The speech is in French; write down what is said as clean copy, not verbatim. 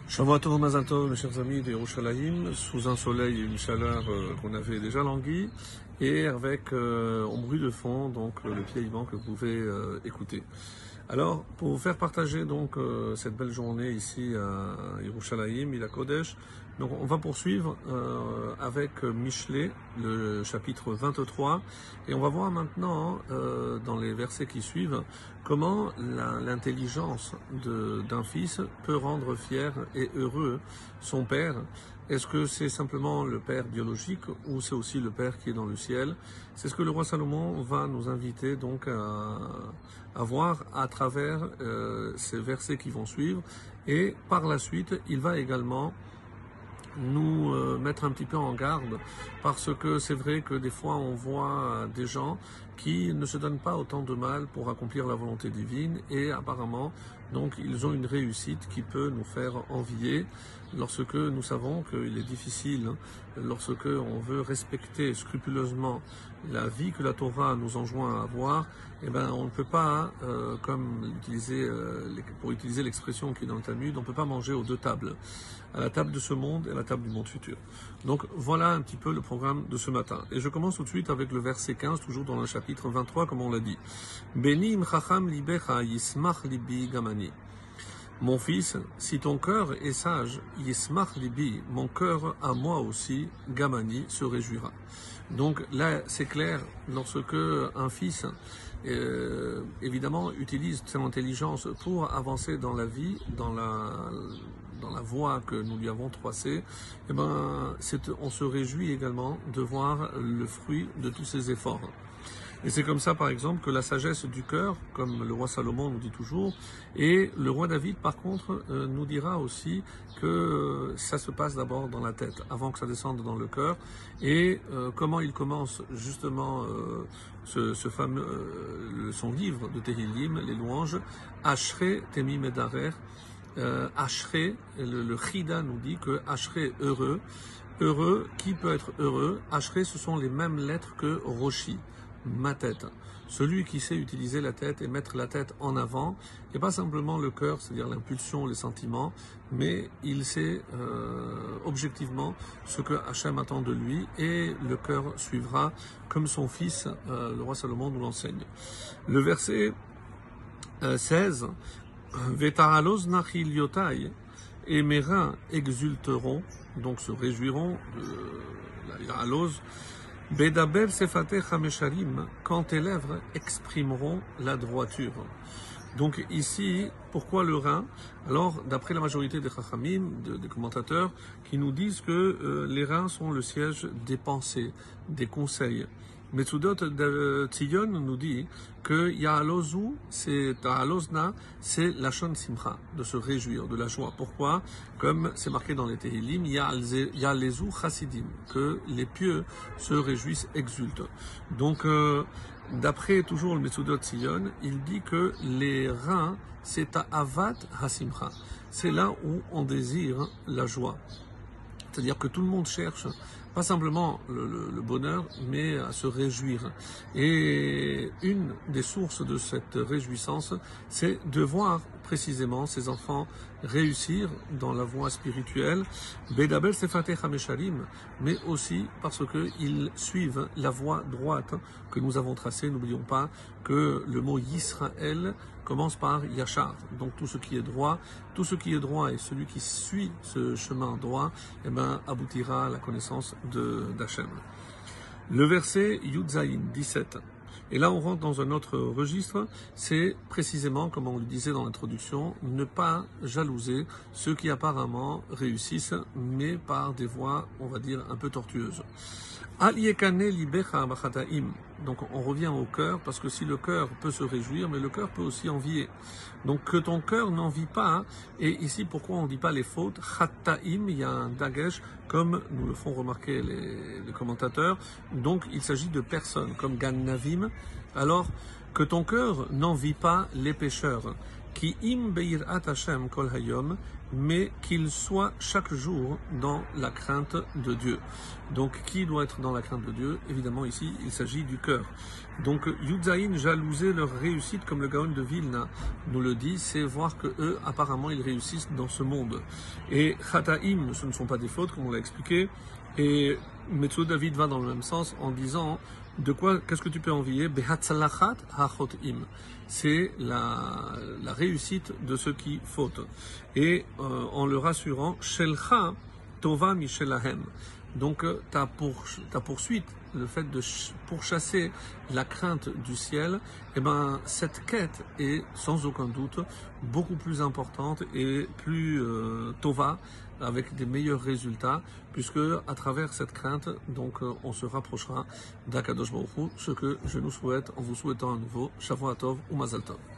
Shavua Tov Mazal Tov, mes chers amis de Yerushalayim, sous un soleil et une chaleur qu'on avait déjà langui, et avec en bruit de fond donc le piaillement que vous pouvez écouter. Alors, pour vous faire partager donc cette belle journée ici à Yerushalayim, Ila Kodesh, donc on va poursuivre avec Michelet, le chapitre 23, et on va voir maintenant dans les versets qui suivent comment l'intelligence d'un fils peut rendre fier et heureux son père. Est-ce que c'est simplement le père biologique ou c'est aussi le père qui est dans le ciel? C'est ce que le roi Salomon va nous inviter donc à voir à travers ces versets qui vont suivre, et par la suite il va également nous mettre un petit peu en garde, parce que c'est vrai que des fois on voit des gens qui ne se donnent pas autant de mal pour accomplir la volonté divine, et apparemment donc ils ont une réussite qui peut nous faire envier lorsque nous savons qu'il est difficile, lorsque on veut respecter scrupuleusement la vie que la Torah nous enjoint à avoir, eh ben on ne peut pas, pour utiliser l'expression qui est dans le Talmud, on ne peut pas manger aux deux tables, à la table de ce monde et à la table du monde futur. Donc voilà un petit peu le programme de ce matin. Et je commence tout de suite avec le verset 15, toujours dans le chapitre 23, comme on l'a dit. Beni im chacham libecha yismach libi gamani. Mon fils, si ton cœur est sage, yismach libi, mon cœur à moi aussi, gamani, se réjouira. Donc là, c'est clair, lorsque un fils, évidemment, utilise son intelligence pour avancer dans la vie, dans la voie que nous lui avons tracée, eh ben, on se réjouit également de voir le fruit de tous ses efforts. Et c'est comme ça, par exemple, que la sagesse du cœur, comme le roi Salomon nous dit toujours, et le roi David, par contre, nous dira aussi que ça se passe d'abord dans la tête, avant que ça descende dans le cœur. Et comment il commence justement son livre de Tehillim, les louanges, Ashrei Temi Medarer. Ashrei, le Chida nous dit que Ashrei, heureux. Heureux, qui peut être heureux? Ashrei, ce sont les mêmes lettres que Roshi, ma tête. Celui qui sait utiliser la tête et mettre la tête en avant, et pas simplement le cœur, c'est-à-dire l'impulsion, les sentiments, mais il sait objectivement ce que Hachem attend de lui, et le cœur suivra, comme son fils, le roi Salomon nous l'enseigne. Le verset 16, Vetaralos nachil yotai, et mes reins exulteront, donc se réjouiront de la halos. Bedaber sefateh hamesharim, quand tes lèvres exprimeront la droiture. Donc ici, pourquoi le rein? Alors, d'après la majorité des chachamim, des commentateurs, qui nous disent que les reins sont le siège des pensées, des conseils. Metsudot de Tzion nous dit que Ya'alozu, c'est Ta'alozna, c'est la shon simcha, de se réjouir, de la joie. Pourquoi? Comme c'est marqué dans les Tehillim, Ya'alezu chassidim, que les pieux se réjouissent, exultent. Donc, d'après toujours le Metsudot Tzion, il dit que les reins, c'est Ta'avat hasimcha. C'est là où on désire la joie. C'est-à-dire que tout le monde cherche pas simplement le bonheur, mais à se réjouir. Et une des sources de cette réjouissance, c'est de voir précisément ses enfants réussir dans la voie spirituelle, Bedabel Sefateh Hamesharim, mais aussi parce qu'ils suivent la voie droite que nous avons tracée. N'oublions pas que le mot Yisraël commence par Yachar, donc tout ce qui est droit, et celui qui suit ce chemin droit, eh ben, aboutira à la connaissance d'Hachem. Le verset Yudzaïn 17. Et là, on rentre dans un autre registre, c'est précisément, comme on le disait dans l'introduction, ne pas jalouser ceux qui apparemment réussissent, mais par des voies, on va dire, un peu tortueuses. Donc on revient au cœur, parce que si le cœur peut se réjouir, mais le cœur peut aussi envier. Donc que ton cœur n'envie pas, et ici pourquoi on ne dit pas les fautes, Chattaim, il y a un dagesh, comme nous le font remarquer les commentateurs, donc il s'agit de personnes, comme Gannavim, alors que ton cœur n'envie pas les pécheurs. Ki im beirat Hashem kol hayom, mais qu'il soit chaque jour dans la crainte de Dieu. Donc, qui doit être dans la crainte de Dieu? Évidemment, ici, il s'agit du cœur. Donc, Yudzaïn jalouser leur réussite, comme le Gaon de Vilna nous le dit, c'est voir que eux, apparemment, ils réussissent dans ce monde. Et Chataim, ce ne sont pas des fautes, comme on l'a expliqué. Et Metzo David va dans le même sens en disant de quoi, qu'est-ce que tu peux envier? Behatzalachat hachotim. C'est la réussite de ceux qui fautent. Et en le rassurant, Shelcha tova mishelahem. Donc ta poursuite, le fait de pourchasser la crainte du ciel, eh ben cette quête est sans aucun doute beaucoup plus importante et plus tova, avec des meilleurs résultats, puisque à travers cette crainte, donc on se rapprochera d'Akadosh Baruch Hu, ce que je nous souhaite en vous souhaitant à nouveau Shavua Tov ou Mazal Tov.